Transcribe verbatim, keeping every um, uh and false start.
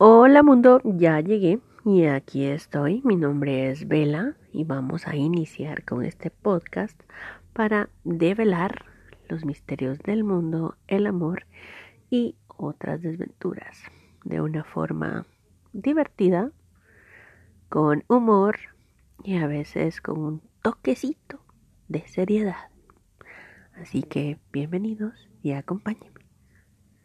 Hola mundo, ya llegué y aquí estoy. Mi nombre es Vela y vamos a iniciar con este podcast para develar los misterios del mundo, el amor y otras desventuras de una forma divertida, con humor y a veces con un toquecito de seriedad. Así que bienvenidos y acompáñenme.